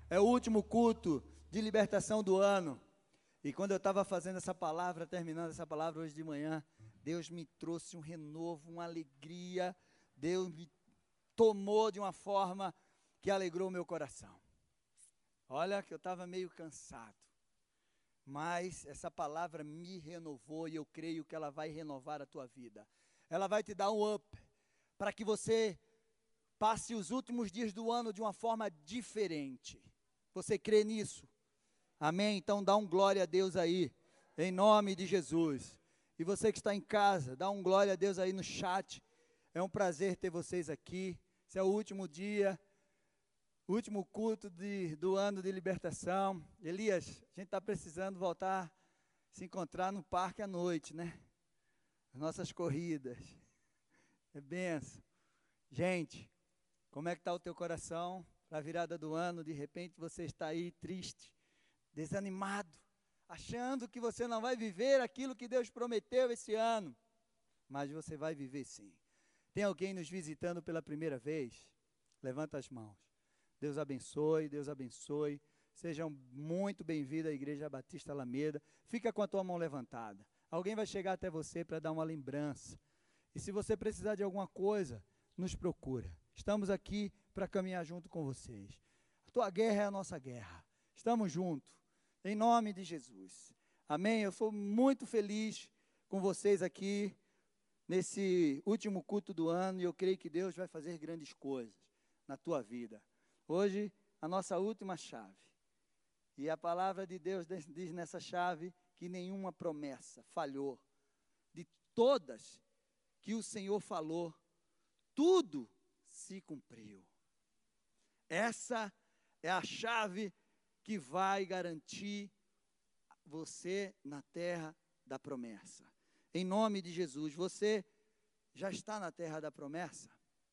É o último culto de libertação do ano. E quando eu estava fazendo essa palavra, terminando essa palavra hoje de manhã, Deus me trouxe um renovo, uma alegria. Deus me tomou de uma forma que alegrou o meu coração. Olha que eu estava meio cansado, mas essa palavra me renovou e eu creio que ela vai renovar a tua vida. Ela vai te dar um up, para que você passe os últimos dias do ano de uma forma diferente. Você crê nisso? Amém? Então dá um glória a Deus aí, em nome de Jesus. E você que está em casa, dá um glória a Deus aí no chat. É um prazer ter vocês aqui. Esse é o último dia, último culto do ano de libertação. Elias, a gente está precisando voltar a se encontrar no parque à noite, né? As nossas corridas. É benção. Gente, como é que está o teu coração para a virada do ano? De repente você está aí triste, desanimado, achando que você não vai viver aquilo que Deus prometeu esse ano. Mas você vai viver sim. Tem alguém nos visitando pela primeira vez? Levanta as mãos. Deus abençoe, Deus abençoe. Sejam muito bem-vindos à Igreja Batista Alameda. Fica com a tua mão levantada. Alguém vai chegar até você para dar uma lembrança. E se você precisar de alguma coisa, nos procura. Estamos aqui para caminhar junto com vocês. A tua guerra é a nossa guerra. Estamos juntos, em nome de Jesus. Amém? Eu sou muito feliz com vocês aqui nesse último culto do ano e eu creio que Deus vai fazer grandes coisas na tua vida. Hoje, a nossa última chave. E a palavra de Deus diz nessa chave que nenhuma promessa falhou. De todas que o Senhor falou, tudo se cumpriu. Essa é a chave que vai garantir você na terra da promessa. Em nome de Jesus, você já está na terra da promessa?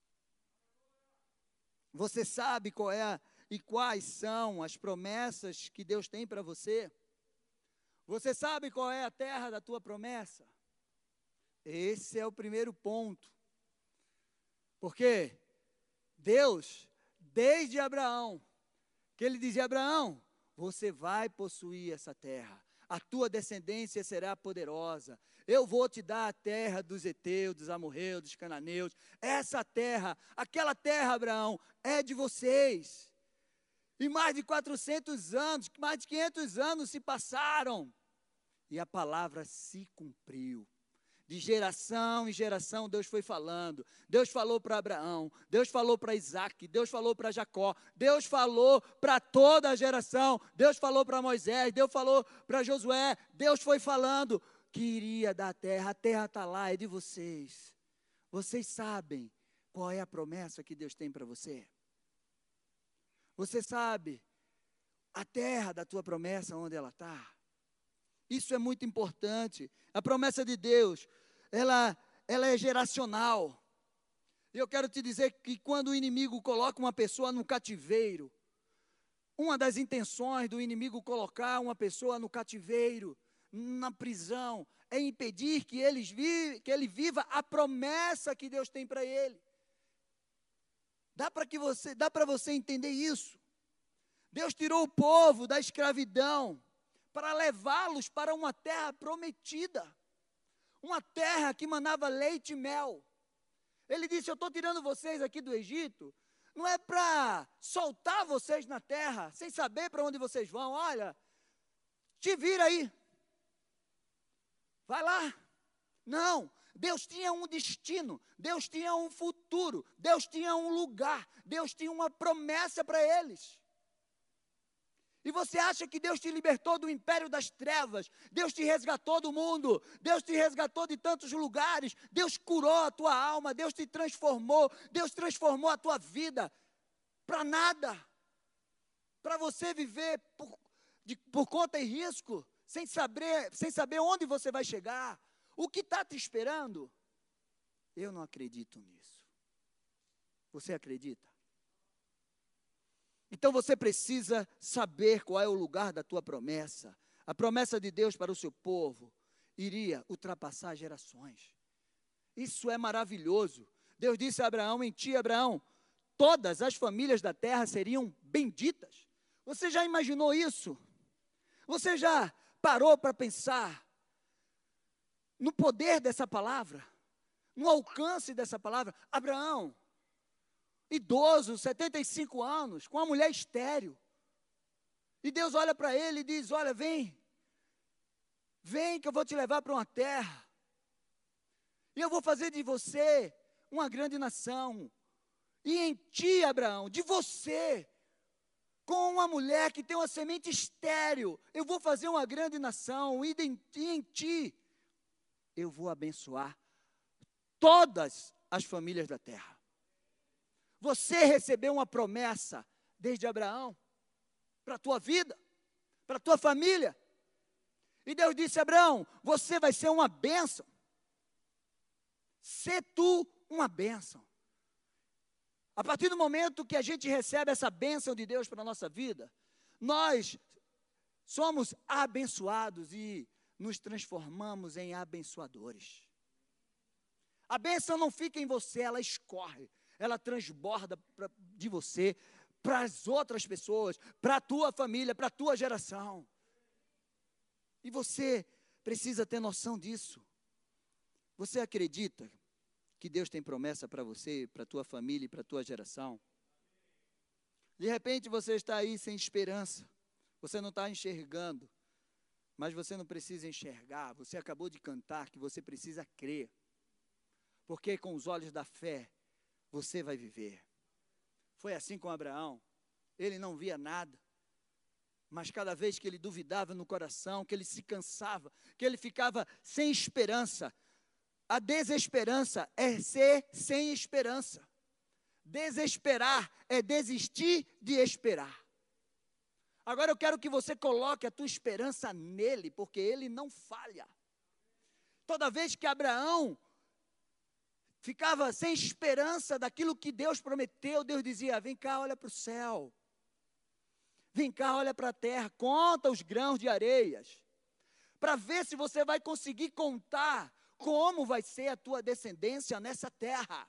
Você sabe qual é e quais são as promessas que Deus tem para você? Você sabe qual é a terra da tua promessa? Esse é o primeiro ponto. Porque Deus, desde Abraão, que ele dizia: Abraão, você vai possuir essa terra. A tua descendência será poderosa. Eu vou te dar a terra dos heteus, dos amorreus, dos cananeus. Essa terra, aquela terra, Abraão, é de vocês. E mais de 400 anos, mais de 500 anos se passaram. E a palavra se cumpriu. De geração em geração Deus foi falando. Deus falou para Abraão, Deus falou para Isaac, Deus falou para Jacó, Deus falou para toda a geração, Deus falou para Moisés, Deus falou para Josué, Deus foi falando que iria dar a terra está lá, é de vocês. Vocês sabem qual é a promessa que Deus tem para você? Você sabe a terra da tua promessa, onde ela está? Isso é muito importante. A promessa de Deus, ela é geracional. E eu quero te dizer que quando o inimigo coloca uma pessoa no cativeiro, uma das intenções do inimigo colocar uma pessoa no cativeiro, na prisão, é impedir que ele viva a promessa que Deus tem para ele. Dá para você entender isso. Deus tirou o povo da escravidão para levá-los para uma terra prometida, uma terra que manava leite e mel. Ele disse: eu estou tirando vocês aqui do Egito, não é para soltar vocês na terra, sem saber para onde vocês vão. Olha, te vira aí, vai lá. Não, Deus tinha um destino, Deus tinha um futuro, Deus tinha um lugar, Deus tinha uma promessa para eles. E você acha que Deus te libertou do império das trevas, Deus te resgatou do mundo, Deus te resgatou de tantos lugares, Deus curou a tua alma, Deus te transformou, Deus transformou a tua vida para nada, para você viver por conta e risco, sem saber onde você vai chegar, o que está te esperando. Eu não acredito nisso. Você acredita? Então você precisa saber qual é o lugar da tua promessa. A promessa de Deus para o seu povo iria ultrapassar gerações. Isso é maravilhoso. Deus disse a Abraão: em ti, Abraão, todas as famílias da terra seriam benditas. Você já imaginou isso? Você já parou para pensar no poder dessa palavra? No alcance dessa palavra? Abraão, idoso, 75 anos, com uma mulher estéril. E Deus olha para ele e diz, olha, vem que eu vou te levar para uma terra. E eu vou fazer de você uma grande nação. E em ti, Abraão, de você, com uma mulher que tem uma semente estéril, eu vou fazer uma grande nação. E em ti, eu vou abençoar todas as famílias da terra. Você recebeu uma promessa desde Abraão, para a tua vida, para a tua família. E Deus disse, Abraão, você vai ser uma bênção. Sê tu uma bênção. A partir do momento que a gente recebe essa bênção de Deus para a nossa vida, nós somos abençoados e nos transformamos em abençoadores. A bênção não fica em você, ela escorre, ela transborda de você para as outras pessoas, para a tua família, para a tua geração. E você precisa ter noção disso. Você acredita que Deus tem promessa para você, para a tua família e para a tua geração? De repente você está aí sem esperança, você não está enxergando, mas você não precisa enxergar, você acabou de cantar que você precisa crer, porque com os olhos da fé, você vai viver. Foi assim com Abraão, ele não via nada, mas cada vez que ele duvidava no coração, que ele se cansava, que ele ficava sem esperança, a desesperança é ser sem esperança. Desesperar é desistir de esperar. Agora eu quero que você coloque a tua esperança nele, porque ele não falha. Toda vez que Abraão ficava sem esperança daquilo que Deus prometeu, Deus dizia, vem cá, olha para o céu. Vem cá, olha para a terra, conta os grãos de areias, para ver se você vai conseguir contar como vai ser a tua descendência nessa terra.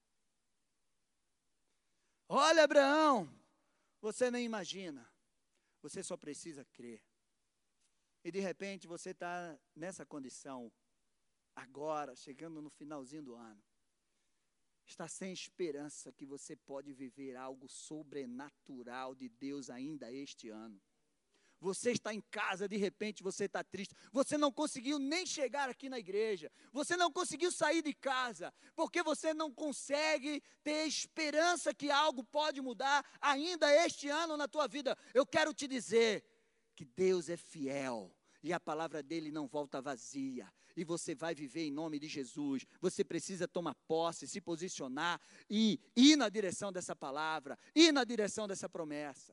Olha, Abraão, você nem imagina, você só precisa crer. E de repente você está nessa condição, agora, chegando no finalzinho do ano, está sem esperança que você pode viver algo sobrenatural de Deus ainda este ano. Você está em casa, de repente você está triste, você não conseguiu nem chegar aqui na igreja, você não conseguiu sair de casa, porque você não consegue ter esperança que algo pode mudar ainda este ano na tua vida. Eu quero te dizer que Deus é fiel e a palavra dele não volta vazia. E você vai viver em nome de Jesus. Você precisa tomar posse, se posicionar e ir na direção dessa palavra, ir na direção dessa promessa.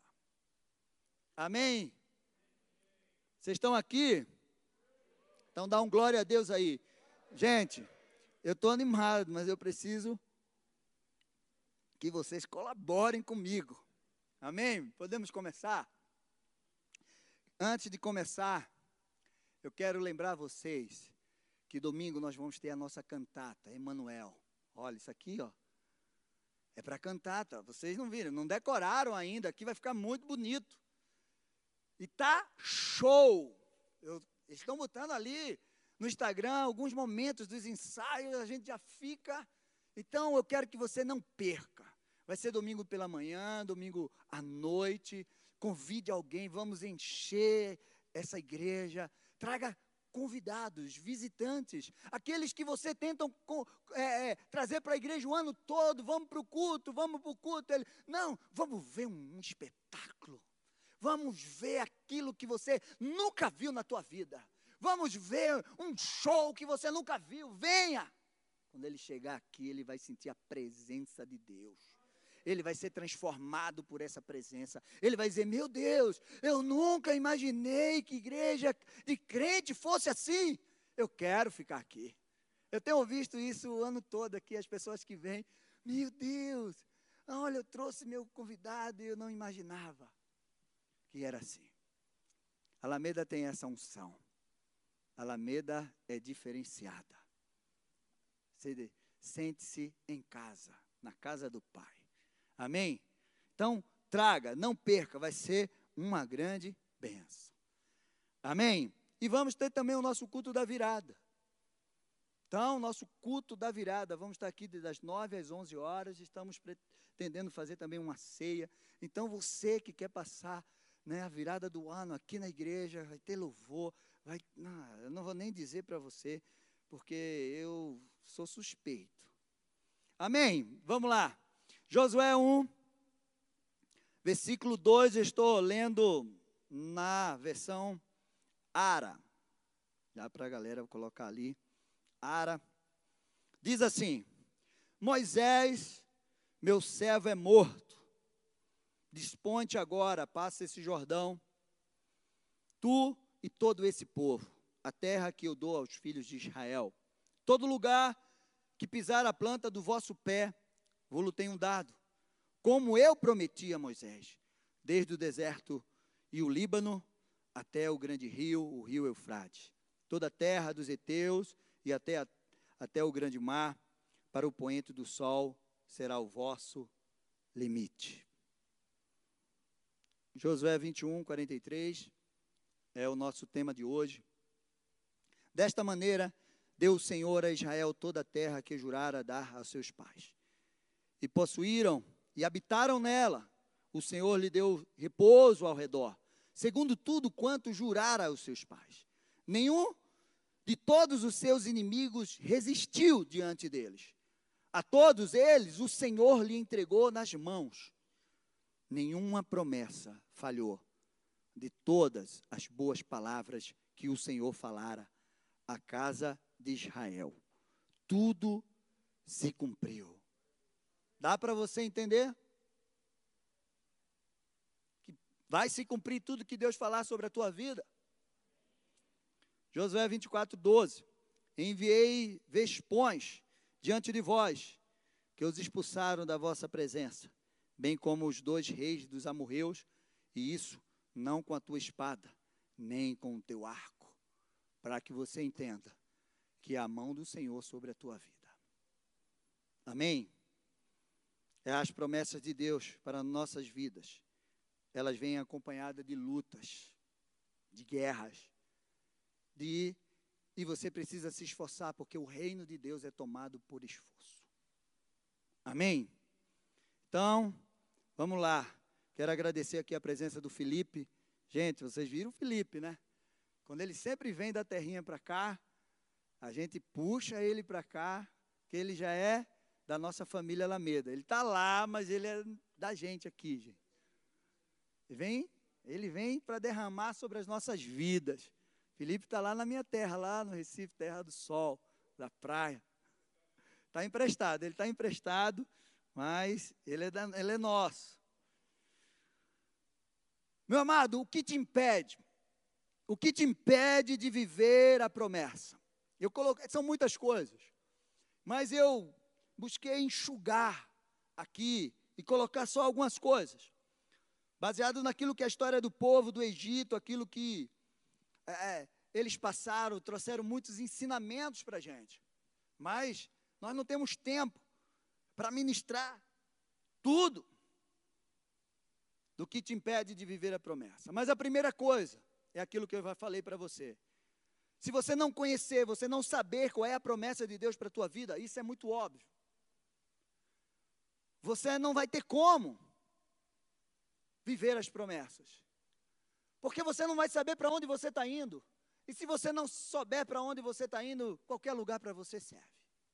Amém? Vocês estão aqui? Então dá um glória a Deus aí. Gente, eu estou animado, mas eu preciso que vocês colaborem comigo. Amém? Podemos começar? Antes de começar, eu quero lembrar vocês que domingo nós vamos ter a nossa cantata, Emanuel. Olha, isso aqui, ó, é para cantata. Vocês não viram, não decoraram ainda, aqui vai ficar muito bonito. E tá show. Eles estão botando ali no Instagram alguns momentos dos ensaios, a gente já fica. Então eu quero que você não perca. Vai ser domingo pela manhã, domingo à noite. Convide alguém, vamos encher essa igreja. Traga convidados, visitantes, aqueles que você tenta trazer para a igreja o ano todo. Vamos para o culto, vamos para o culto. Não, vamos ver um espetáculo. Vamos ver aquilo que você nunca viu na tua vida. Vamos ver um show que você nunca viu. Venha! Quando ele chegar aqui, ele vai sentir a presença de Deus. Ele vai ser transformado por essa presença. Ele vai dizer, meu Deus, eu nunca imaginei que igreja de crente fosse assim. Eu quero ficar aqui. Eu tenho visto isso o ano todo aqui, as pessoas que vêm. Meu Deus, olha, eu trouxe meu convidado e eu não imaginava que era assim. Alameda tem essa unção. Alameda é diferenciada. Você sente-se em casa, na casa do Pai. Amém? Então, traga, não perca, vai ser uma grande bênção. Amém? E vamos ter também o nosso culto da virada. Então, nosso culto da virada, vamos estar aqui das 9 às 11 horas, estamos pretendendo fazer também uma ceia. Então, você que quer passar, né, a virada do ano aqui na igreja, vai ter louvor, eu não vou nem dizer para você, porque eu sou suspeito. Amém? Vamos lá. Josué 1, versículo 2, eu estou lendo na versão Ara. Dá para a galera colocar ali. Ara. Diz assim: Moisés, meu servo é morto. Dispõe-te agora, passa esse Jordão, tu e todo esse povo, a terra que eu dou aos filhos de Israel. Todo lugar que pisar a planta do vosso pé, vou-lo tenho dado, como eu prometi a Moisés, desde o deserto e o Líbano, até o grande rio, o rio Eufrates. Toda a terra dos heteus e até o grande mar, para o poente do sol, será o vosso limite. Josué 21, 43, é o nosso tema de hoje. Desta maneira, deu o Senhor a Israel toda a terra que jurara dar a seus pais. E possuíram e habitaram nela. O Senhor lhe deu repouso ao redor, segundo tudo quanto jurara aos seus pais. Nenhum de todos os seus inimigos resistiu diante deles. A todos eles o Senhor lhe entregou nas mãos. Nenhuma promessa falhou de todas as boas palavras que o Senhor falara à casa de Israel. Tudo se cumpriu. Dá para você entender? Que vai se cumprir tudo que Deus falar sobre a tua vida? Josué 24, 12. Enviei vespões diante de vós, que os expulsaram da vossa presença, bem como os 2 reis dos amorreus, e isso não com a tua espada, nem com o teu arco, para que você entenda que é a mão do Senhor sobre a tua vida. Amém? É as promessas de Deus para nossas vidas. Elas vêm acompanhadas de lutas, de guerras, e você precisa se esforçar, porque o reino de Deus é tomado por esforço. Amém? Então, vamos lá. Quero agradecer aqui a presença do Felipe. Gente, vocês viram o Felipe, né? Quando ele sempre vem da terrinha para cá, a gente puxa ele para cá, que ele já é da nossa família Alameda. Ele está lá, mas ele é da gente aqui, gente. Ele vem para derramar sobre as nossas vidas. Felipe está lá na minha terra, lá no Recife, terra do sol, da praia. Está emprestado, ele está emprestado, mas ele é nosso. Meu amado, o que te impede? O que te impede de viver a promessa? São muitas coisas, mas eu busquei enxugar aqui e colocar só algumas coisas, baseado naquilo que é a história do povo do Egito, aquilo que eles passaram, trouxeram muitos ensinamentos para a gente, mas nós não temos tempo para ministrar tudo do que te impede de viver a promessa. Mas a primeira coisa é aquilo que eu já falei para você. Se você não conhecer, você não saber qual é a promessa de Deus para a tua vida, isso é muito óbvio. Você não vai ter como viver as promessas. Porque você não vai saber para onde você está indo. E se você não souber para onde você está indo, qualquer lugar para você serve.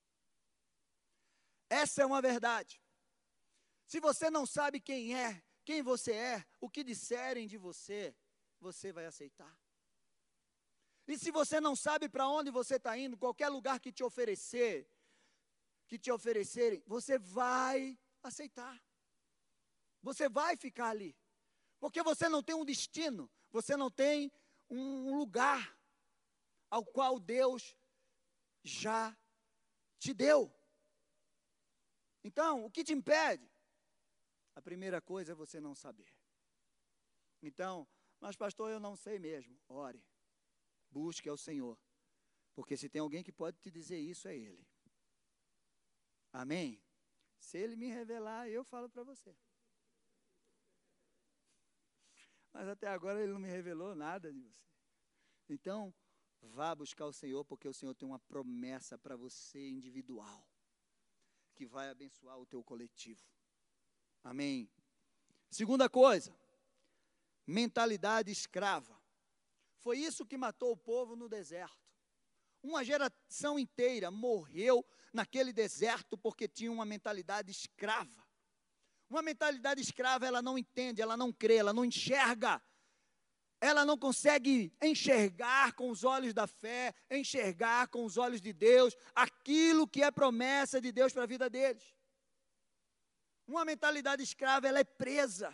Essa é uma verdade. Se você não sabe quem você é, o que disserem de você, você vai aceitar. E se você não sabe para onde você está indo, qualquer lugar que te oferecerem, você vai aceitar. Você vai ficar ali. Porque você não tem um destino, você não tem um lugar ao qual Deus já te deu. Então, o que te impede? A primeira coisa é você não saber. Então, mas pastor, eu não sei mesmo. Ore, busque ao Senhor. Porque se tem alguém que pode te dizer isso, é Ele. Amém? Se Ele me revelar, eu falo para você. Mas até agora Ele não me revelou nada de você. Então, vá buscar o Senhor, porque o Senhor tem uma promessa para você individual, que vai abençoar o teu coletivo. Amém. Segunda coisa, mentalidade escrava. Foi isso que matou o povo no deserto. Uma geração inteira morreu naquele deserto porque tinha uma mentalidade escrava. Uma mentalidade escrava, ela não entende, ela não crê, ela não enxerga. Ela não consegue enxergar com os olhos da fé, enxergar com os olhos de Deus, aquilo que é promessa de Deus para a vida deles. Uma mentalidade escrava, ela é presa.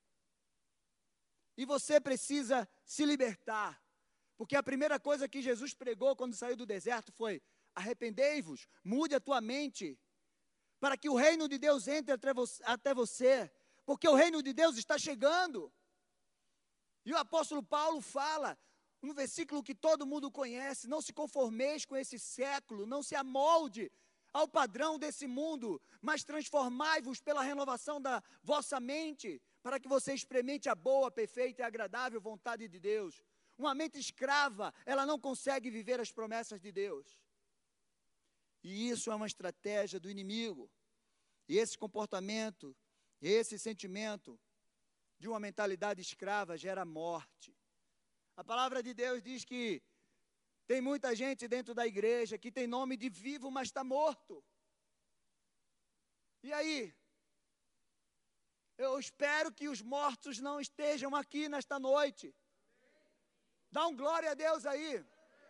E você precisa se libertar. Porque a primeira coisa que Jesus pregou quando saiu do deserto foi: arrependei-vos, mude a tua mente, para que o reino de Deus entre até você, porque o reino de Deus está chegando. E o apóstolo Paulo fala, no versículo que todo mundo conhece: não se conformeis com esse século, não se amolde ao padrão desse mundo, mas transformai-vos pela renovação da vossa mente, para que você experimente a boa, perfeita e agradável vontade de Deus. Uma mente escrava, ela não consegue viver as promessas de Deus. E isso é uma estratégia do inimigo. E esse comportamento, esse sentimento de uma mentalidade escrava gera morte. A palavra de Deus diz que tem muita gente dentro da igreja que tem nome de vivo, mas está morto. E aí? Eu espero que os mortos não estejam aqui nesta noite. Dá um glória a Deus aí.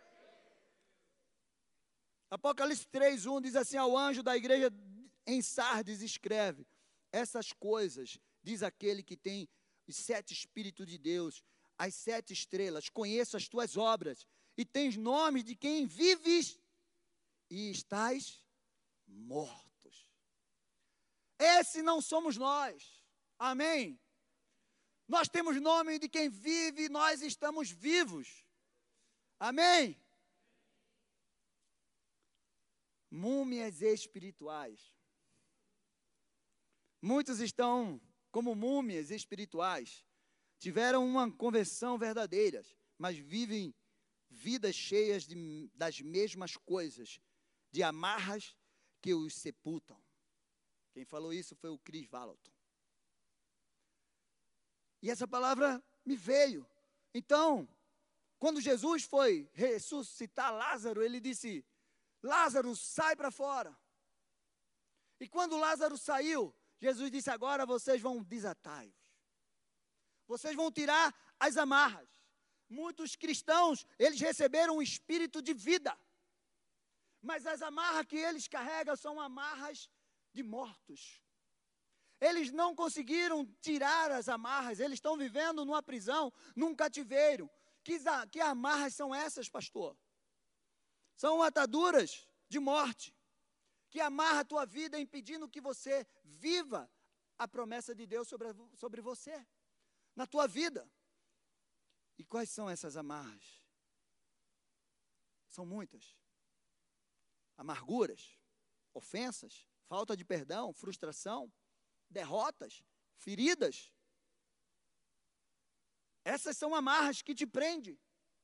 Apocalipse 3:1 diz assim: ao anjo da igreja em Sardes escreve: essas coisas diz aquele que tem os 7 Espíritos de Deus, as 7 estrelas, conheço as tuas obras, e tens nome de quem vives e estás mortos. Esse não somos nós, amém? Nós temos nome de quem vive e nós estamos vivos, amém? Múmias espirituais. Muitos estão como múmias espirituais, tiveram uma conversão verdadeira, mas vivem vidas cheias das mesmas coisas, de amarras que os sepultam. Quem falou isso foi o Chris Vallotton. E essa palavra me veio. Então, quando Jesus foi ressuscitar Lázaro, ele disse: Lázaro, sai para fora. E quando Lázaro saiu, Jesus disse: agora vocês vão desatai-os. Vocês vão tirar as amarras. Muitos cristãos, eles receberam um espírito de vida. Mas as amarras que eles carregam são amarras de mortos. Eles não conseguiram tirar as amarras, eles estão vivendo numa prisão, num cativeiro. Que amarras são essas, pastor? São ataduras de morte, que amarra a tua vida, impedindo que você viva a promessa de Deus sobre você, na tua vida. E quais são essas amarras? São muitas. Amarguras, ofensas, falta de perdão, frustração, derrotas, feridas. Essas são amarras que te prendem.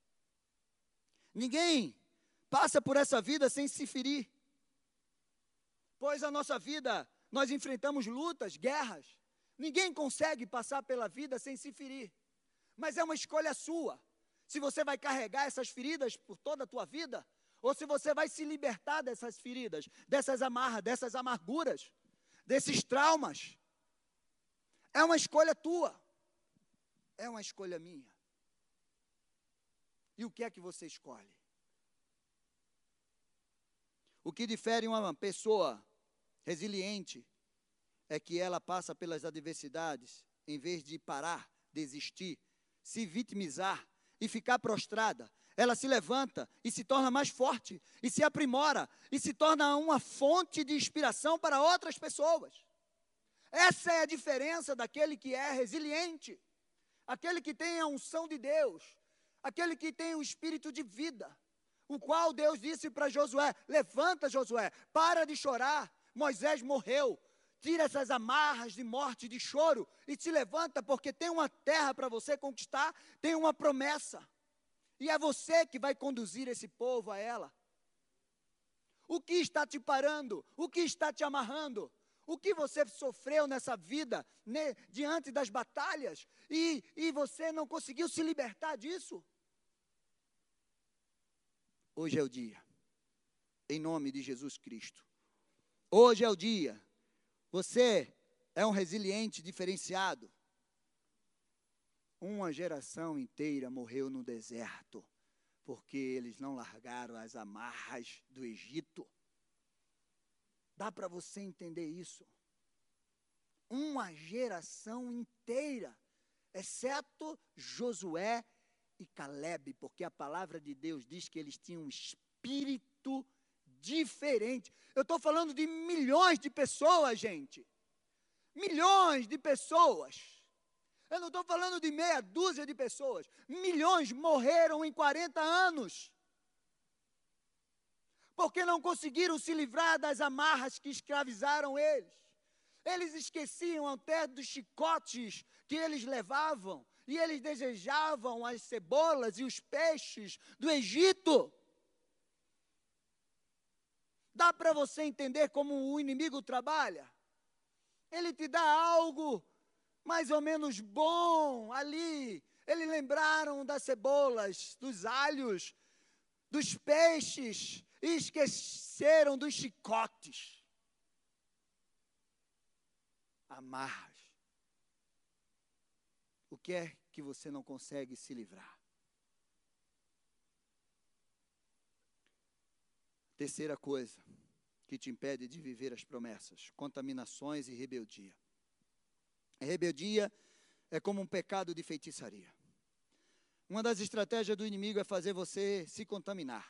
Ninguém passa por essa vida sem se ferir. Pois a nossa vida, nós enfrentamos lutas, guerras. Ninguém consegue passar pela vida sem se ferir. Mas é uma escolha sua. Se você vai carregar essas feridas por toda a tua vida, ou se você vai se libertar dessas feridas, dessas amarras, dessas amarguras, desses traumas. É uma escolha tua. É uma escolha minha. E o que é que você escolhe? O que difere uma pessoa resiliente é que ela passa pelas adversidades, em vez de parar, desistir, se vitimizar e ficar prostrada, ela se levanta e se torna mais forte, e se aprimora, e se torna uma fonte de inspiração para outras pessoas. Essa é a diferença daquele que é resiliente, aquele que tem a unção de Deus, aquele que tem o espírito de vida, o qual Deus disse para Josué: levanta, Josué, para de chorar, Moisés morreu, tira essas amarras de morte, de choro, e se levanta, porque tem uma terra para você conquistar, tem uma promessa. E é você que vai conduzir esse povo a ela. O que está te parando? O que está te amarrando? O que você sofreu nessa vida, diante das batalhas, e você não conseguiu se libertar disso? Hoje é o dia, em nome de Jesus Cristo. Hoje é o dia. Você é um resiliente diferenciado. Uma geração inteira morreu no deserto, porque eles não largaram as amarras do Egito. Dá para você entender isso? Uma geração inteira, exceto Josué e Calebe, porque a palavra de Deus diz que eles tinham um espírito diferente. Eu estou falando de milhões de pessoas, gente. Milhões de pessoas. Eu não estou falando de meia dúzia de pessoas. Milhões morreram em 40 anos. Porque não conseguiram se livrar das amarras que escravizaram eles. Eles esqueciam até dos chicotes que eles levavam. E eles desejavam as cebolas e os peixes do Egito. Dá para você entender como o inimigo trabalha? Ele te dá algo mais ou menos bom ali. Eles lembraram das cebolas, dos alhos, dos peixes e esqueceram dos chicotes. Amarras. O que é que você não consegue se livrar? Terceira coisa que te impede de viver as promessas: contaminações e rebeldia. A rebeldia é como um pecado de feitiçaria. Uma das estratégias do inimigo é fazer você se contaminar.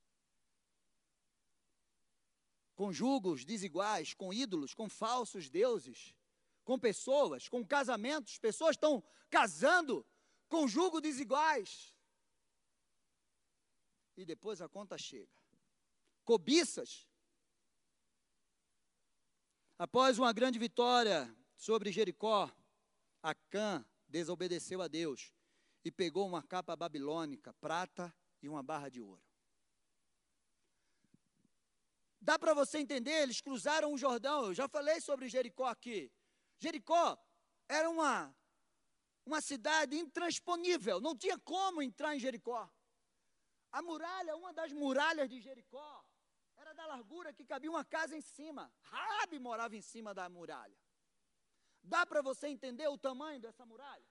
Com julgos desiguais, com ídolos, com falsos deuses, com pessoas, com casamentos. Pessoas estão casando com julgos desiguais. E depois a conta chega. Cobiças. Após uma grande vitória sobre Jericó, Acã desobedeceu a Deus e pegou uma capa babilônica, prata e uma barra de ouro. Dá para você entender, eles cruzaram o Jordão. Eu já falei sobre Jericó aqui. Jericó era uma cidade intransponível, não tinha como entrar em Jericó. A muralha, uma das muralhas de Jericó, era da largura que cabia uma casa em cima. Raabe morava em cima da muralha. Dá para você entender o tamanho dessa muralha?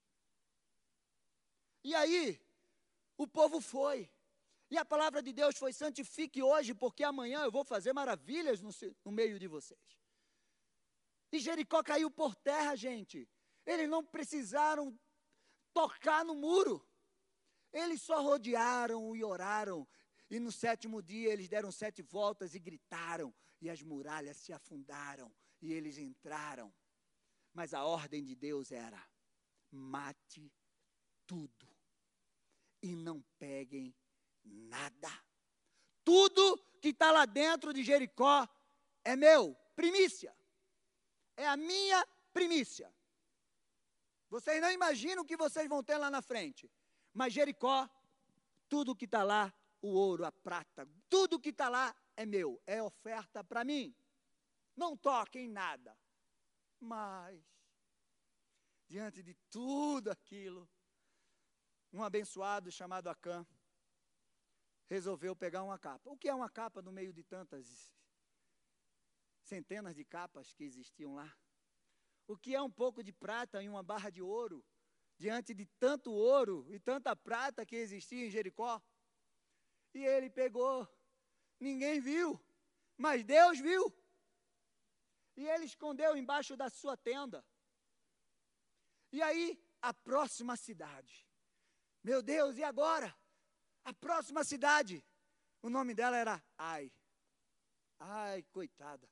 E aí, o povo foi. E a palavra de Deus foi: santifique hoje, porque amanhã eu vou fazer maravilhas no meio de vocês. E Jericó caiu por terra, gente. Eles não precisaram tocar no muro. Eles só rodearam e oraram. E no 7º dia eles deram 7 voltas e gritaram. E as muralhas se afundaram. E eles entraram. Mas a ordem de Deus era: mate tudo. E não peguem nada. Tudo que está lá dentro de Jericó é meu, primícia. É a minha primícia. Vocês não imaginam o que vocês vão ter lá na frente. Mas Jericó, tudo que está lá, o ouro, a prata, tudo que está lá é meu, é oferta para mim. Não toquem nada. Mas, diante de tudo aquilo, um abençoado chamado Acã resolveu pegar uma capa. O que é uma capa no meio de tantas centenas de capas que existiam lá? O que é um pouco de prata em uma barra de ouro, diante de tanto ouro e tanta prata que existia em Jericó? E ele pegou, ninguém viu, mas Deus viu. E ele escondeu embaixo da sua tenda. E aí, a próxima cidade. Meu Deus, e agora? A próxima cidade. O nome dela era Ai. Ai, coitada.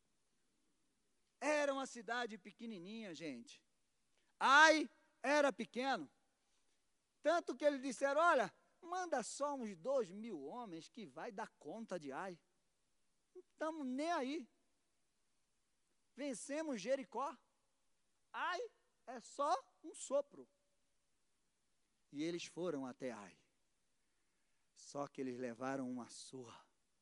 Era uma cidade pequenininha, gente. Ai era pequeno. Tanto que eles disseram: olha, manda só uns 2.000 homens que vai dar conta de Ai. Não estamos nem aí. vencemos Jericó. Ai, é só um sopro. E eles foram até Ai. Só que eles levaram uma surra.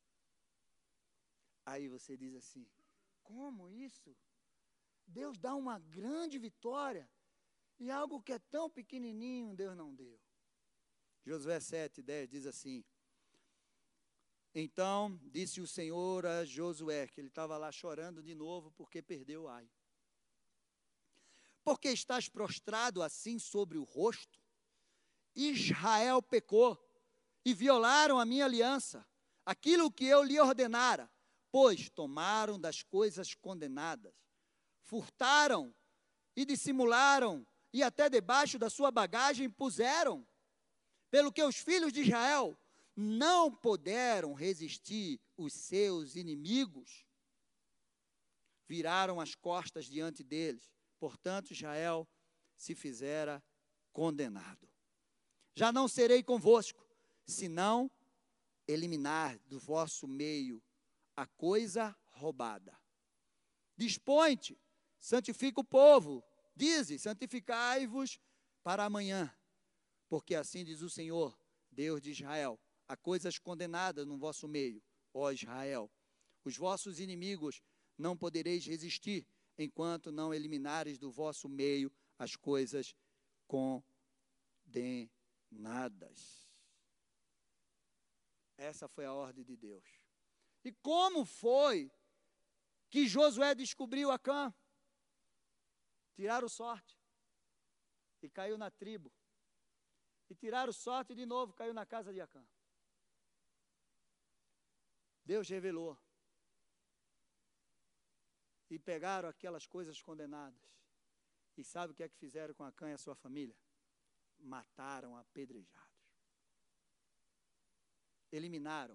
Aí você diz assim, como isso? Deus dá uma grande vitória e algo que é tão pequenininho Deus não deu. Josué 7:10 diz assim, então disse o Senhor a Josué, que ele estava lá chorando de novo porque perdeu Ai. Porque estás prostrado assim sobre o rosto? Israel pecou e violaram a minha aliança, aquilo que eu lhe ordenara, pois tomaram das coisas condenadas, furtaram e dissimularam, e até debaixo da sua bagagem puseram, pelo que os filhos de Israel não puderam resistir os seus inimigos, viraram as costas diante deles, portanto Israel se fizera condenado. Já não serei convosco, senão eliminar do vosso meio a coisa roubada. Dispõe-te, santifica o povo, dize, santificai-vos para amanhã, porque assim diz o Senhor, Deus de Israel, há coisas condenadas no vosso meio, ó Israel. Os vossos inimigos não podereis resistir, enquanto não eliminares do vosso meio as coisas condenadas. Essa foi a ordem de Deus. E como foi que Josué descobriu Acã? Tiraram sorte e caiu na tribo. E tiraram sorte e de novo caiu na casa de Acã. Deus revelou. E pegaram aquelas coisas condenadas. E sabe o que é que fizeram com Acã e a sua família? Mataram apedrejados. Eliminaram.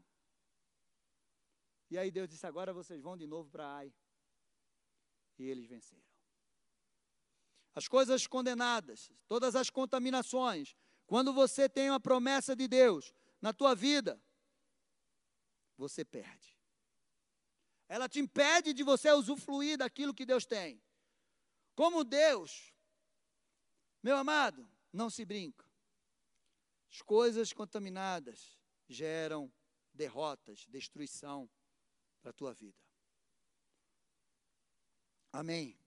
E aí Deus disse, agora vocês vão de novo para Ai. E eles venceram. As coisas condenadas, todas as contaminações, quando você tem uma promessa de Deus na tua vida, você perde. Ela te impede de você usufruir daquilo que Deus tem. Como Deus, meu amado, não se brinca. As coisas contaminadas geram derrotas, destruição para a tua vida. Amém.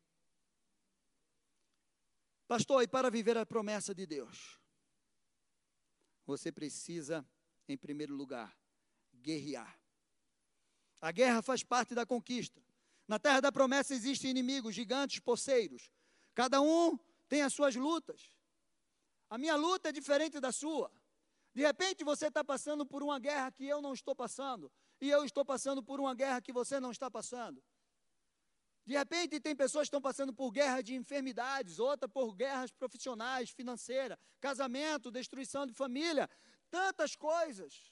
Pastor, e para viver a promessa de Deus, você precisa, em primeiro lugar, guerrear. A guerra faz parte da conquista. Na terra da promessa existem inimigos, gigantes, poceiros. Cada um tem as suas lutas. A minha luta é diferente da sua. De repente você está passando por uma guerra que eu não estou passando. E eu estou passando por uma guerra que você não está passando. De repente tem pessoas que estão passando por guerra de enfermidades, outra por guerras profissionais, financeiras, casamento, destruição de família, tantas coisas.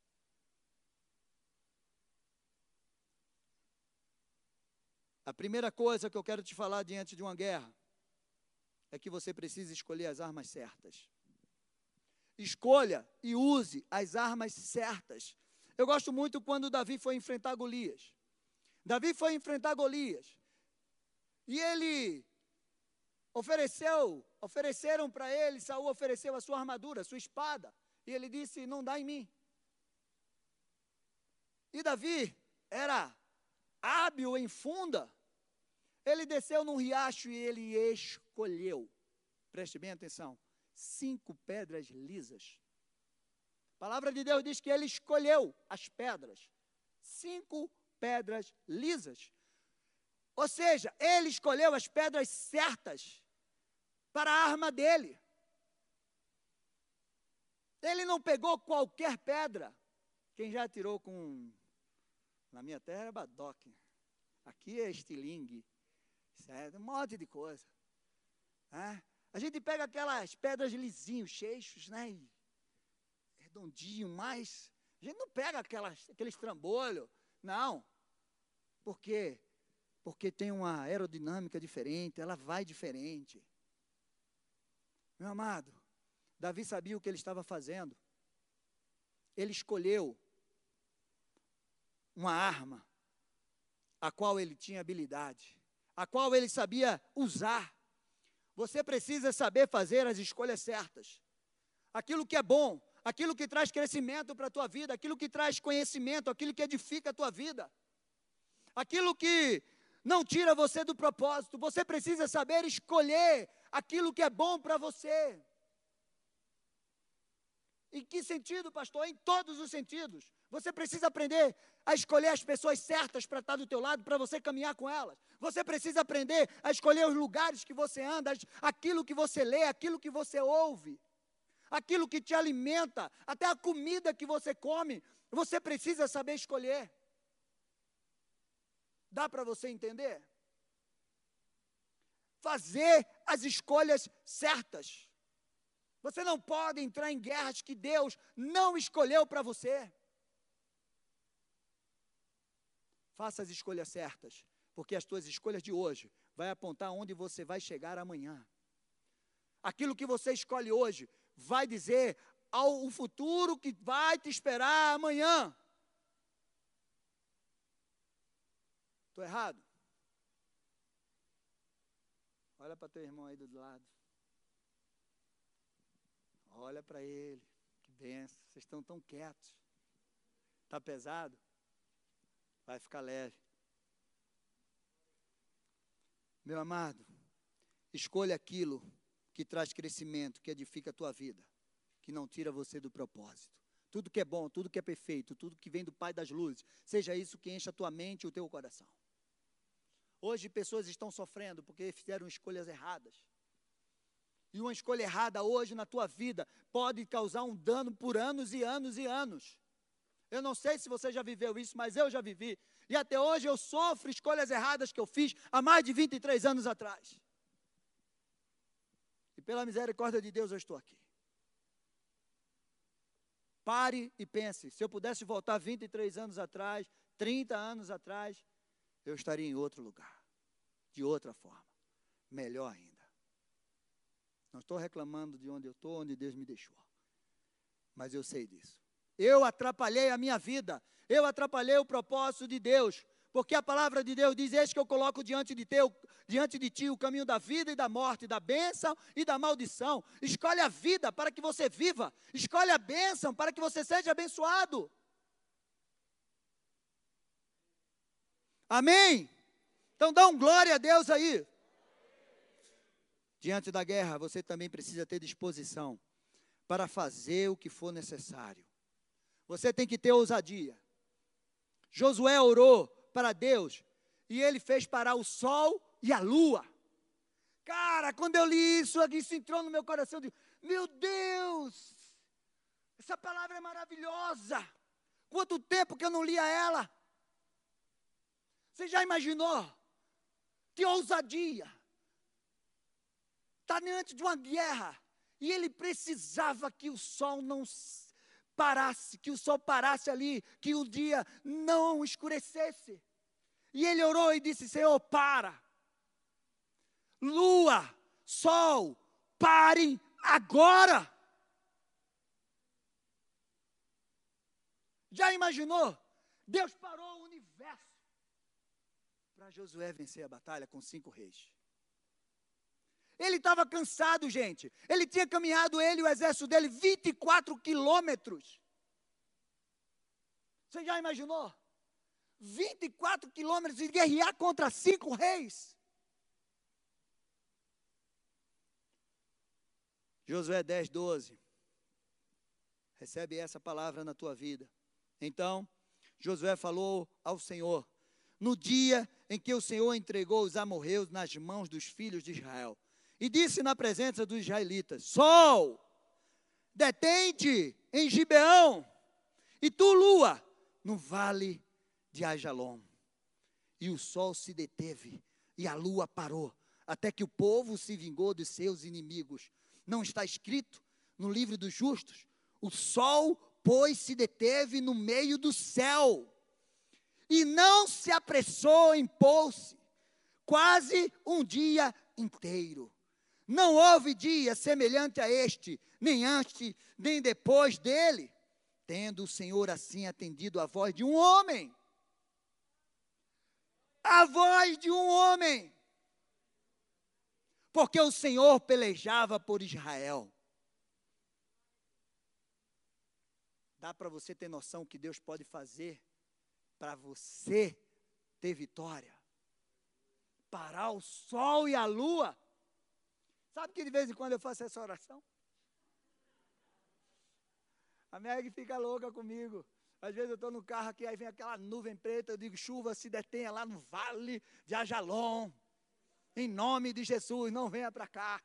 A primeira coisa que eu quero te falar diante de uma guerra é que você precisa escolher as armas certas. Escolha e use as armas certas. Eu gosto muito quando Davi foi enfrentar Golias. Davi foi enfrentar Golias. E ele ofereceram para ele, Saul ofereceu a sua armadura, a sua espada. E ele disse, não dá em mim. E Davi era hábil em funda. Ele desceu num riacho e ele escolheu, preste bem atenção, 5 pedras lisas. A palavra de Deus diz que ele escolheu as pedras, 5 pedras lisas. Ou seja, ele escolheu as pedras certas para a arma dele. Ele não pegou qualquer pedra. Quem já atirou com... Na minha terra é badoque. Aqui é estilingue. Um monte de coisa. A gente pega aquelas pedras lisinhos, cheixos, né? E redondinho, mas a gente não pega aqueles trambolhos. Não. Por quê? Porque tem uma aerodinâmica diferente, ela vai diferente. Meu amado, Davi sabia o que ele estava fazendo. Ele escolheu uma arma a qual ele tinha habilidade. a qual ele sabia usar. Você precisa saber fazer as escolhas certas. Aquilo que é bom, aquilo que traz crescimento para a tua vida, aquilo que traz conhecimento, aquilo que edifica a tua vida. Aquilo que não tira você do propósito. Você precisa saber escolher aquilo que é bom para você. Em que sentido, pastor? Em todos os sentidos. Você precisa aprender a escolher as pessoas certas para estar do teu lado, para você caminhar com elas. Você precisa aprender a escolher os lugares que você anda, aquilo que você lê, aquilo que você ouve, aquilo que te alimenta, até a comida que você come. Você precisa saber escolher. Dá para você entender? Fazer as escolhas certas. Você não pode entrar em guerras que Deus não escolheu para você. Faça as escolhas certas, porque as tuas escolhas de hoje vai apontar onde você vai chegar amanhã. Aquilo que você escolhe hoje vai dizer ao futuro que vai te esperar amanhã. Estou errado? Olha para teu irmão aí do lado. Olha para ele. Que benção. Vocês estão tão quietos. Está pesado? Vai ficar leve. Meu amado, escolha aquilo que traz crescimento, que edifica a tua vida, que não tira você do propósito. Tudo que é bom, tudo que é perfeito, tudo que vem do Pai das luzes, seja isso que encha a tua mente e o teu coração. Hoje pessoas estão sofrendo porque fizeram escolhas erradas. E uma escolha errada hoje na tua vida pode causar um dano por anos e anos e anos. Eu não sei se você já viveu isso, mas eu já vivi. E até hoje eu sofro escolhas erradas que eu fiz há mais de 23 anos atrás. E pela misericórdia de Deus eu estou aqui. Pare e pense, se eu pudesse voltar 23 anos atrás, 30 anos atrás, eu estaria em outro lugar, de outra forma, melhor ainda. Não estou reclamando de onde eu estou, onde Deus me deixou, mas eu sei disso. Eu atrapalhei a minha vida, eu atrapalhei o propósito de Deus, porque a palavra de Deus diz: eis que eu coloco diante de ti o caminho da vida e da morte, da bênção e da maldição. Escolhe a vida para que você viva, escolhe a bênção para que você seja abençoado. Amém? Então dá um glória a Deus aí. Diante da guerra, você também precisa ter disposição para fazer o que for necessário. Você tem que ter ousadia. Josué orou para Deus e ele fez parar o sol e a lua. Cara, quando eu li isso entrou no meu coração. Eu digo: meu Deus, essa palavra é maravilhosa. Quanto tempo que eu não lia ela. Você já imaginou? Que ousadia. Está diante de uma guerra e ele precisava que o sol não parasse, que o sol parasse ali, que o dia não escurecesse. E ele orou e disse: Senhor, para. Lua, sol, parem agora. Já imaginou? Deus parou o universo para Josué vencer a batalha com 5 reis. Ele estava cansado, gente. Ele tinha caminhado, ele e o exército dele, 24 quilômetros. Você já imaginou? 24 quilômetros e guerrear contra 5 reis. Josué 10, 12. Recebe essa palavra na tua vida. Então, Josué falou ao Senhor: no dia em que o Senhor entregou os amorreus nas mãos dos filhos de Israel, e disse na presença dos israelitas: sol, detente em Gibeão, e tu, lua, no vale de Ajalon. E o sol se deteve, e a lua parou, até que o povo se vingou dos seus inimigos. Não está escrito no livro dos justos? O sol, pois, se deteve no meio do céu, e não se apressou em pôr-se, quase um dia inteiro. Não houve dia semelhante a este, nem antes, nem depois dele, tendo o Senhor assim atendido a voz de um homem. A voz de um homem. porque o Senhor pelejava por Israel. Dá para você ter noção que Deus pode fazer para você ter vitória? Parar o sol e a lua. Sabe que de vez em quando eu faço essa oração? A Meg fica louca comigo. Às vezes eu estou no carro aqui, aí vem aquela nuvem preta, eu digo, chuva se detenha lá no vale de Ajalon. Em nome de Jesus, não venha para cá.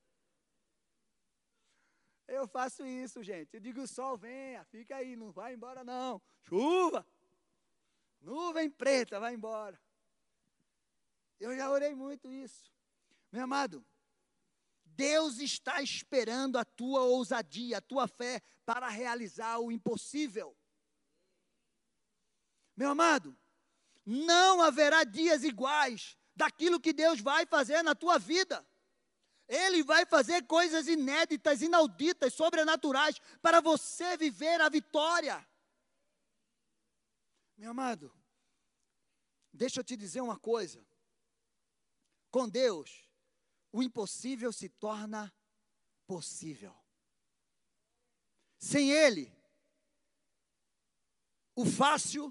Eu faço isso, gente. Eu digo, o sol venha, fica aí, não vai embora não. Chuva, nuvem preta, vai embora. Eu já orei muito isso. Meu amado, Deus está esperando a tua ousadia, a tua fé para realizar o impossível. Meu amado, não haverá dias iguais daquilo que Deus vai fazer na tua vida. Ele vai fazer coisas inéditas, inauditas, sobrenaturais, para você viver a vitória. Meu amado, deixa eu te dizer uma coisa. Com Deus, o impossível se torna possível. Sem Ele, o fácil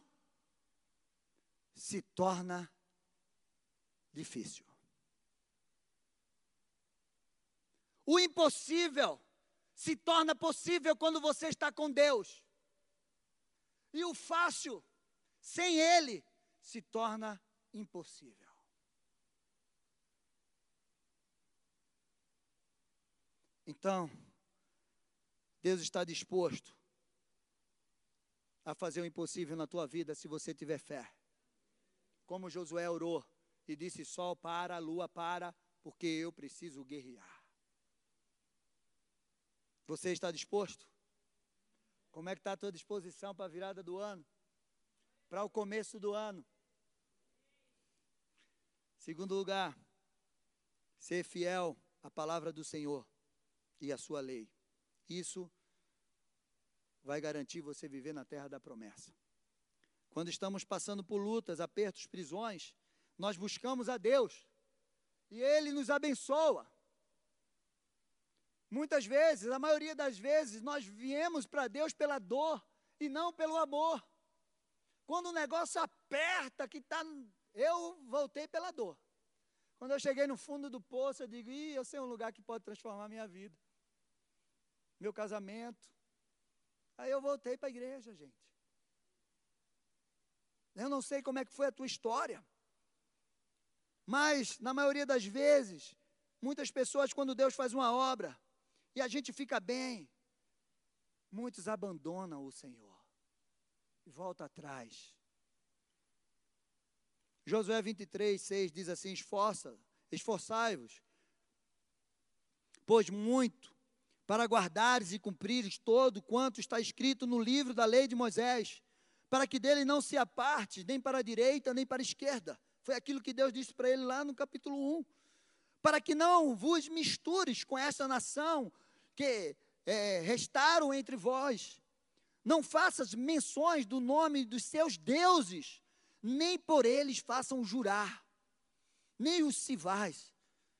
se torna difícil. O impossível se torna possível quando você está com Deus. E o fácil, sem Ele, se torna impossível. Então, Deus está disposto a fazer o impossível na tua vida se você tiver fé. Como Josué orou e disse, sol para, lua para, porque eu preciso guerrear. Você está disposto? Como é que está a tua disposição para a virada do ano? Para o começo do ano? Segundo lugar, ser fiel à palavra do Senhor e à sua lei. Isso vai garantir você viver na terra da promessa. Quando estamos passando por lutas, apertos, prisões, nós buscamos a Deus e Ele nos abençoa. Muitas vezes, a maioria das vezes, nós viemos para Deus pela dor e não pelo amor. Quando o negócio aperta, eu voltei pela dor. Quando eu cheguei no fundo do poço, eu digo, eu sei um lugar que pode transformar a minha vida. Meu casamento. Aí eu voltei para a igreja, gente. Eu não sei como é que foi a tua história. Mas, na maioria das vezes, muitas pessoas, quando Deus faz uma obra, e a gente fica bem, muitos abandonam o Senhor e voltam atrás. Josué 23, 6 diz assim, esforçai-vos, pois muito, para guardares e cumprires todo quanto está escrito no livro da lei de Moisés, para que dele não se aparte, nem para a direita, nem para a esquerda. Foi aquilo que Deus disse para ele lá no capítulo 1. Para que não vos mistures com essa nação que restaram entre vós. Não faças menções do nome dos seus deuses, nem por eles façam jurar, nem os sirvais,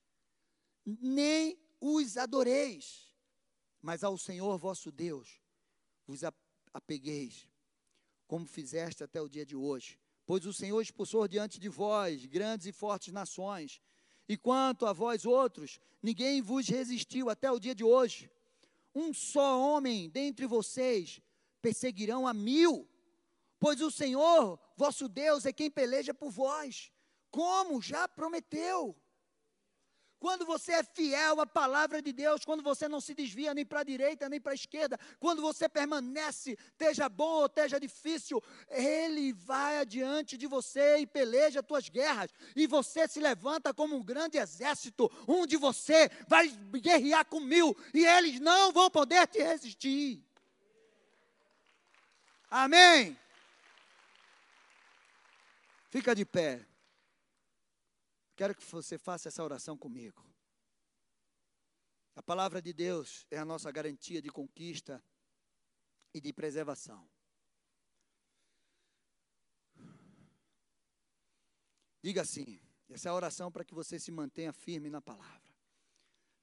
nem os adoreis, mas ao Senhor vosso Deus vos apegueis, como fizeste até o dia de hoje. Pois o Senhor expulsou diante de vós grandes e fortes nações, e quanto a vós outros, ninguém vos resistiu até o dia de hoje. Um só homem dentre vocês perseguirão a 1000, pois o Senhor, vosso Deus, é quem peleja por vós, como já prometeu. Quando você é fiel à palavra de Deus, quando você não se desvia nem para a direita, nem para a esquerda, quando você permanece, esteja bom ou esteja difícil, Ele vai adiante de você e peleja as tuas guerras, e você se levanta como um grande exército, onde você vai guerrear com 1000, e eles não vão poder te resistir. Amém? Fica de pé. Quero que você faça essa oração comigo. A palavra de Deus é a nossa garantia de conquista e de preservação. Diga assim, essa é a oração para que você se mantenha firme na palavra.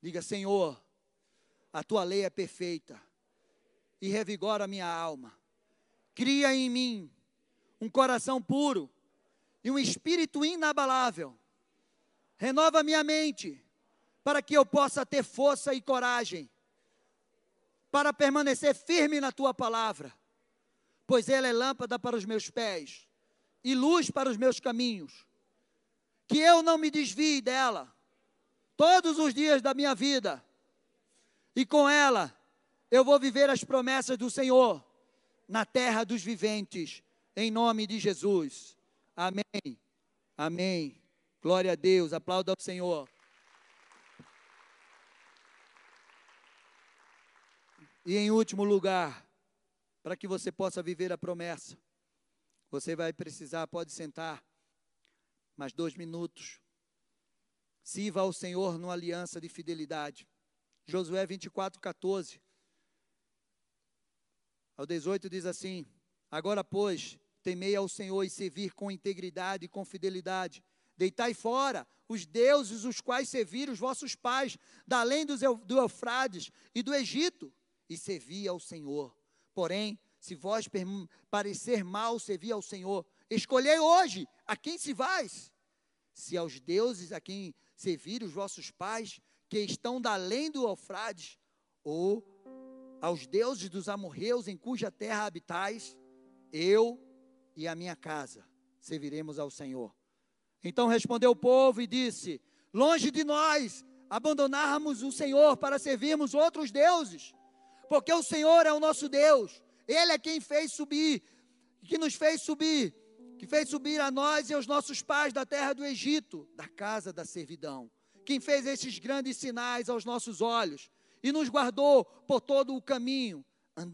Diga: Senhor, a tua lei é perfeita e revigora a minha alma. Cria em mim um coração puro e um espírito inabalável. Renova minha mente para que eu possa ter força e coragem para permanecer firme na tua palavra, pois ela é lâmpada para os meus pés e luz para os meus caminhos. Que eu não me desvie dela todos os dias da minha vida, e com ela eu vou viver as promessas do Senhor na terra dos viventes, em nome de Jesus. Amém. Amém. Glória a Deus. Aplauda ao Senhor. E em último lugar, para que você possa viver a promessa, você vai precisar, pode sentar, mais 2 minutos. Sirva ao Senhor numa aliança de fidelidade. Josué 24:14 ao 18 diz assim: agora, pois, temei ao Senhor e servir com integridade e com fidelidade. Deitai fora os deuses os quais serviram os vossos pais, da além do Eufrades e do Egito, e servi ao Senhor. Porém, se vós parecer mal servir ao Senhor, escolhei hoje a quem se vais. Se aos deuses a quem serviram os vossos pais, que estão da além do Eufrades, ou aos deuses dos amorreus em cuja terra habitais, eu e a minha casa serviremos ao Senhor. Então respondeu o povo e disse: longe de nós abandonarmos o Senhor para servirmos outros deuses, porque o Senhor é o nosso Deus, Ele é quem fez subir, que nos fez subir, que fez subir a nós e aos nossos pais da terra do Egito, da casa da servidão, quem fez esses grandes sinais aos nossos olhos, e nos guardou por todo o caminho,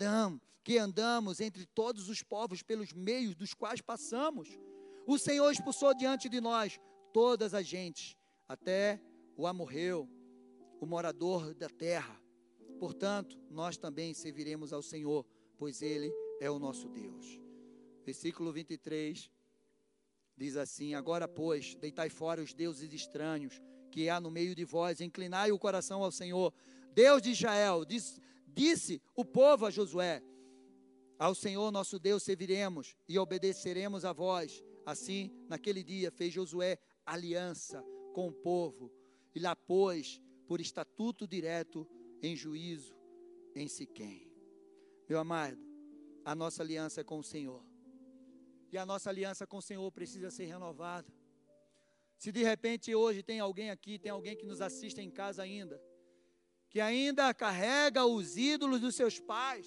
andamos entre todos os povos pelos meios dos quais passamos. O Senhor expulsou diante de nós todas as gentes, até o amorreu, o morador da terra. Portanto, nós também serviremos ao Senhor, pois Ele é o nosso Deus. Versículo 23 diz assim: agora, pois, deitai fora os deuses estranhos que há no meio de vós, inclinai o coração ao Senhor, Deus de Israel. Disse o povo a Josué: ao Senhor nosso Deus serviremos e obedeceremos a vós. Assim, naquele dia, fez Josué aliança com o povo e lá pôs por estatuto direto em juízo em Siquém. Meu amado, a nossa aliança é com o Senhor. E a nossa aliança com o Senhor precisa ser renovada. Se de repente hoje tem alguém aqui, tem alguém que nos assiste em casa ainda, que ainda carrega os ídolos dos seus pais,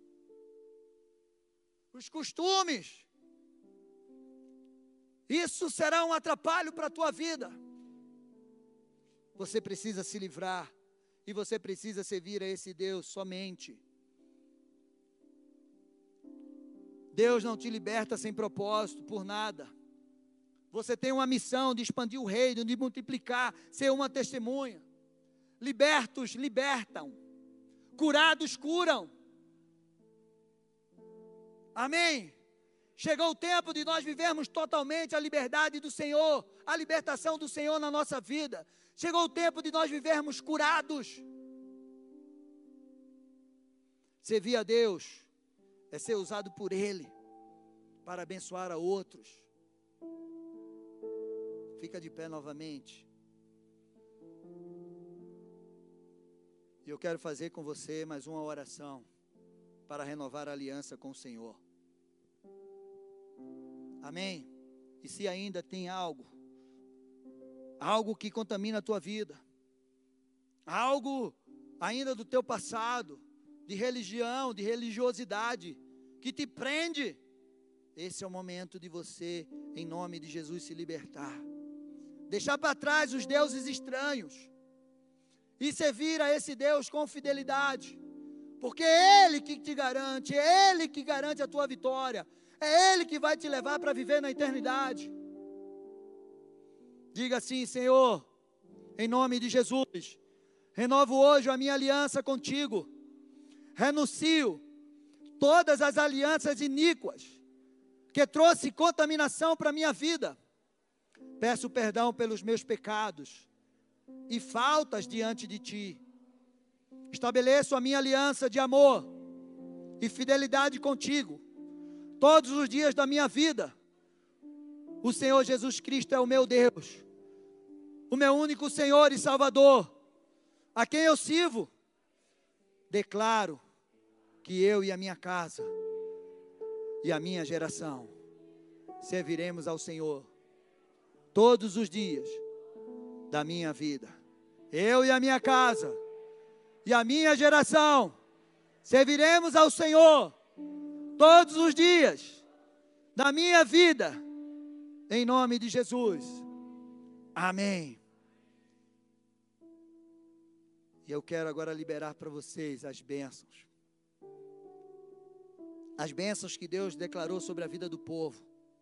os costumes, isso será um atrapalho para a tua vida. Você precisa se livrar e você precisa servir a esse Deus somente. Deus não te liberta sem propósito, por nada. Você tem uma missão de expandir o reino, de multiplicar, ser uma testemunha. Libertos libertam, curados curam. Amém? Chegou o tempo de nós vivermos totalmente a liberdade do Senhor, a libertação do Senhor na nossa vida. Chegou o tempo de nós vivermos curados. Servir a Deus é ser usado por Ele para abençoar a outros. Fica de pé novamente. E eu quero fazer com você mais uma oração para renovar a aliança com o Senhor. Amém? E se ainda tem algo que contamina a tua vida, algo ainda do teu passado, de religião, de religiosidade, que te prende, esse é o momento de você, em nome de Jesus, se libertar. Deixar para trás os deuses estranhos e servir a esse Deus com fidelidade, porque é Ele que te garante, é Ele que garante a tua vitória, é Ele que vai te levar para viver na eternidade. Diga assim: Senhor, em nome de Jesus, renovo hoje a minha aliança contigo, renuncio todas as alianças iníquas que trouxe contaminação para a minha vida. Peço perdão pelos meus pecados, e faltas diante de ti. Estabeleço a minha aliança de amor e fidelidade contigo todos os dias da minha vida. O Senhor Jesus Cristo é o meu Deus, o meu único Senhor e Salvador, a quem eu sirvo. Declaro que eu e a minha casa e a minha geração serviremos ao Senhor todos os dias da minha vida. Eu e a minha casa e a minha geração serviremos ao Senhor todos os dias da minha vida, em nome de Jesus. Amém. E eu quero agora liberar para vocês as bênçãos. As bênçãos que Deus declarou sobre a vida do povo.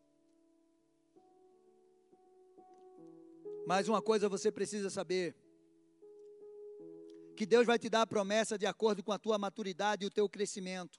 Mas uma coisa você precisa saber: que Deus vai te dar a promessa de acordo com a tua maturidade e o teu crescimento.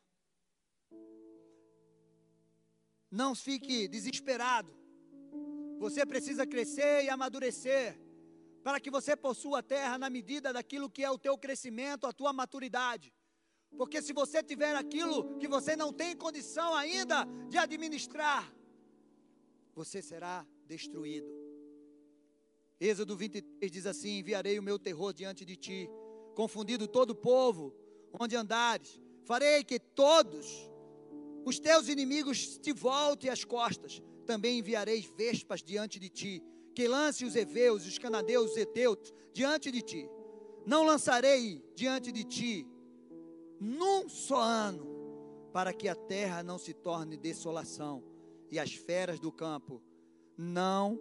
Não fique desesperado. Você precisa crescer e amadurecer, para que você possua a terra na medida daquilo que é o teu crescimento, a tua maturidade. Porque se você tiver aquilo que você não tem condição ainda de administrar, você será destruído. Êxodo 23 diz assim: enviarei o meu terror diante de ti, confundido todo o povo, onde andares. Farei que todos os teus inimigos te voltem as costas. Também enviarei vespas diante de ti, que lance os heveus, os cananeus, os heteus diante de ti. Não lançarei diante de ti num só ano, para que a terra não se torne desolação, e as feras do campo não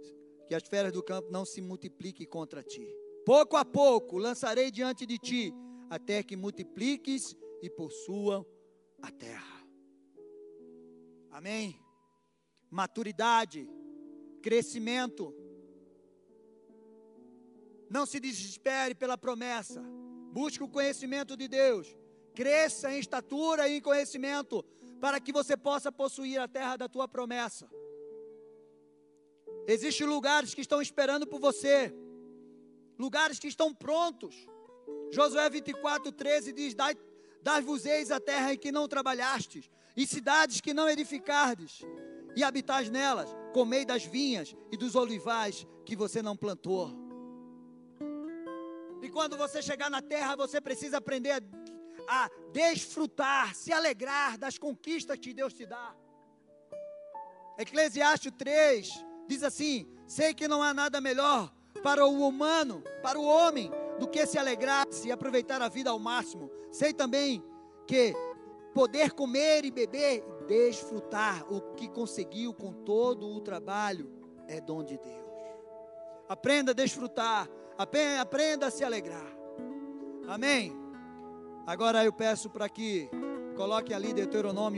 se multipliquem contra ti. Pouco a pouco lançarei diante de ti, até que multipliques e possuam a terra. Amém? Maturidade, crescimento. Não se desespere pela promessa. Busque o conhecimento de Deus. Cresça em estatura e em conhecimento, para que você possa possuir a terra da tua promessa. Existem lugares que estão esperando por você, lugares que estão prontos. Josué 24:13 diz: Dar-vos-eis a terra em que não trabalhastes, e cidades que não edificardes, e habitais nelas, comei das vinhas e dos olivais que você não plantou. E quando você chegar na terra, você precisa aprender a desfrutar, se alegrar das conquistas que Deus te dá. Eclesiastes 3 diz assim: sei que não há nada melhor para o humano, para o homem, do que se alegrar-se e aproveitar a vida ao máximo. Sei também que poder comer e beber, desfrutar o que conseguiu com todo o trabalho, é dom de Deus. Aprenda a desfrutar, aprenda a se alegrar. Amém? Agora eu peço para que coloque ali Deuteronômio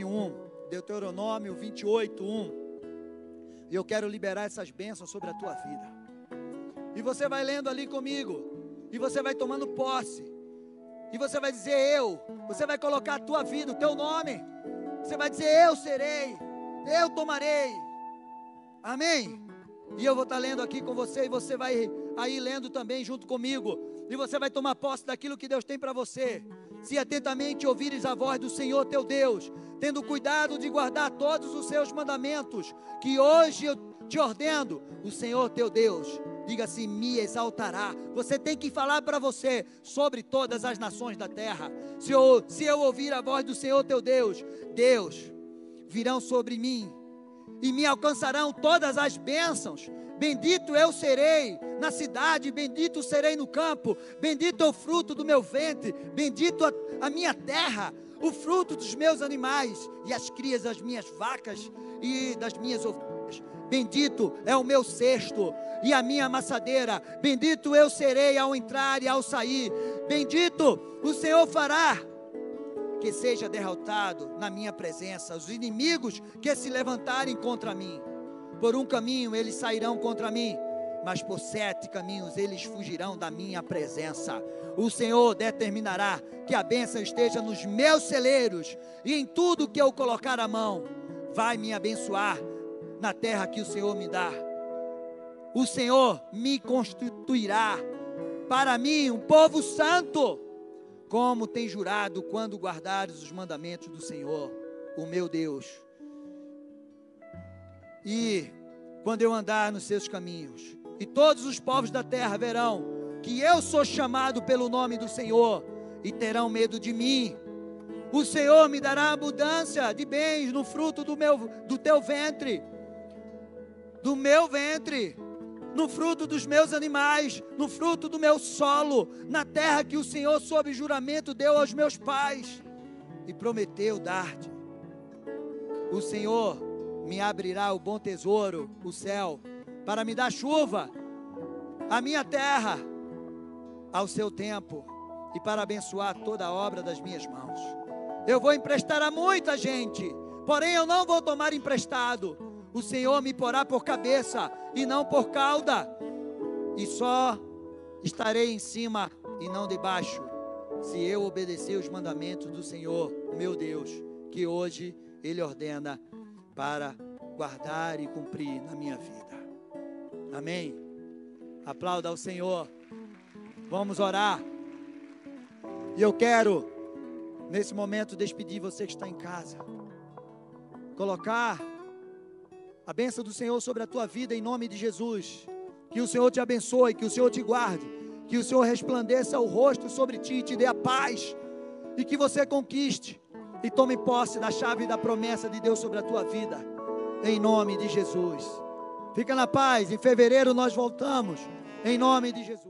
28:1. E eu quero liberar essas bênçãos sobre a tua vida. E você vai lendo ali comigo, e você vai tomando posse, e você vai dizer você vai colocar a tua vida, o teu nome, você vai dizer: eu serei, eu tomarei. Amém? E eu vou estar lendo aqui com você, e você vai aí lendo também junto comigo, e você vai tomar posse daquilo que Deus tem para você. Se atentamente ouvires a voz do Senhor teu Deus, tendo cuidado de guardar todos os seus mandamentos, que hoje eu te ordeno, o Senhor teu Deus, diga assim, me exaltará. Você tem que falar para você sobre todas as nações da terra. Se eu ouvir a voz do Senhor teu Deus, virão sobre mim e me alcançarão todas as bênçãos. Bendito eu serei na cidade, bendito serei no campo, bendito é o fruto do meu ventre, bendito a minha terra, o fruto dos meus animais e as crias das minhas vacas e das minhas ovelhas. Bendito é o meu cesto e a minha amassadeira, bendito eu serei ao entrar e ao sair. Bendito o Senhor fará que seja derrotado na minha presença os inimigos que se levantarem contra mim. Por um caminho eles sairão contra mim, mas por 7 caminhos eles fugirão da minha presença. O Senhor determinará que a bênção esteja nos meus celeiros, e em tudo que eu colocar a mão, vai me abençoar na terra que o Senhor me dá. O Senhor me constituirá para mim um povo santo, como tem jurado quando guardares os mandamentos do Senhor, o meu Deus. E quando eu andar nos seus caminhos, e todos os povos da terra verão que eu sou chamado pelo nome do Senhor, e terão medo de mim. O Senhor me dará abundância de bens no fruto do teu ventre, do meu ventre, no fruto dos meus animais, no fruto do meu solo, na terra que o Senhor, sob juramento, deu aos meus pais e prometeu dar-te. O Senhor me abrirá o bom tesouro, o céu, para me dar chuva, a minha terra, ao seu tempo, e para abençoar toda a obra das minhas mãos. Eu vou emprestar a muita gente, porém eu não vou tomar emprestado. O Senhor me porá por cabeça e não por cauda, e só estarei em cima e não debaixo, se eu obedecer os mandamentos do Senhor, meu Deus, que hoje Ele ordena para guardar e cumprir na minha vida. Amém? Aplauda ao Senhor. Vamos orar. E eu quero, nesse momento, despedir você que está em casa. Colocar a bênção do Senhor sobre a tua vida em nome de Jesus. Que o Senhor te abençoe, que o Senhor te guarde, que o Senhor resplandeça o rosto sobre ti e te dê a paz. E que você conquiste e tome posse da chave da promessa de Deus sobre a tua vida. Em nome de Jesus. Fica na paz, em fevereiro nós voltamos. Em nome de Jesus.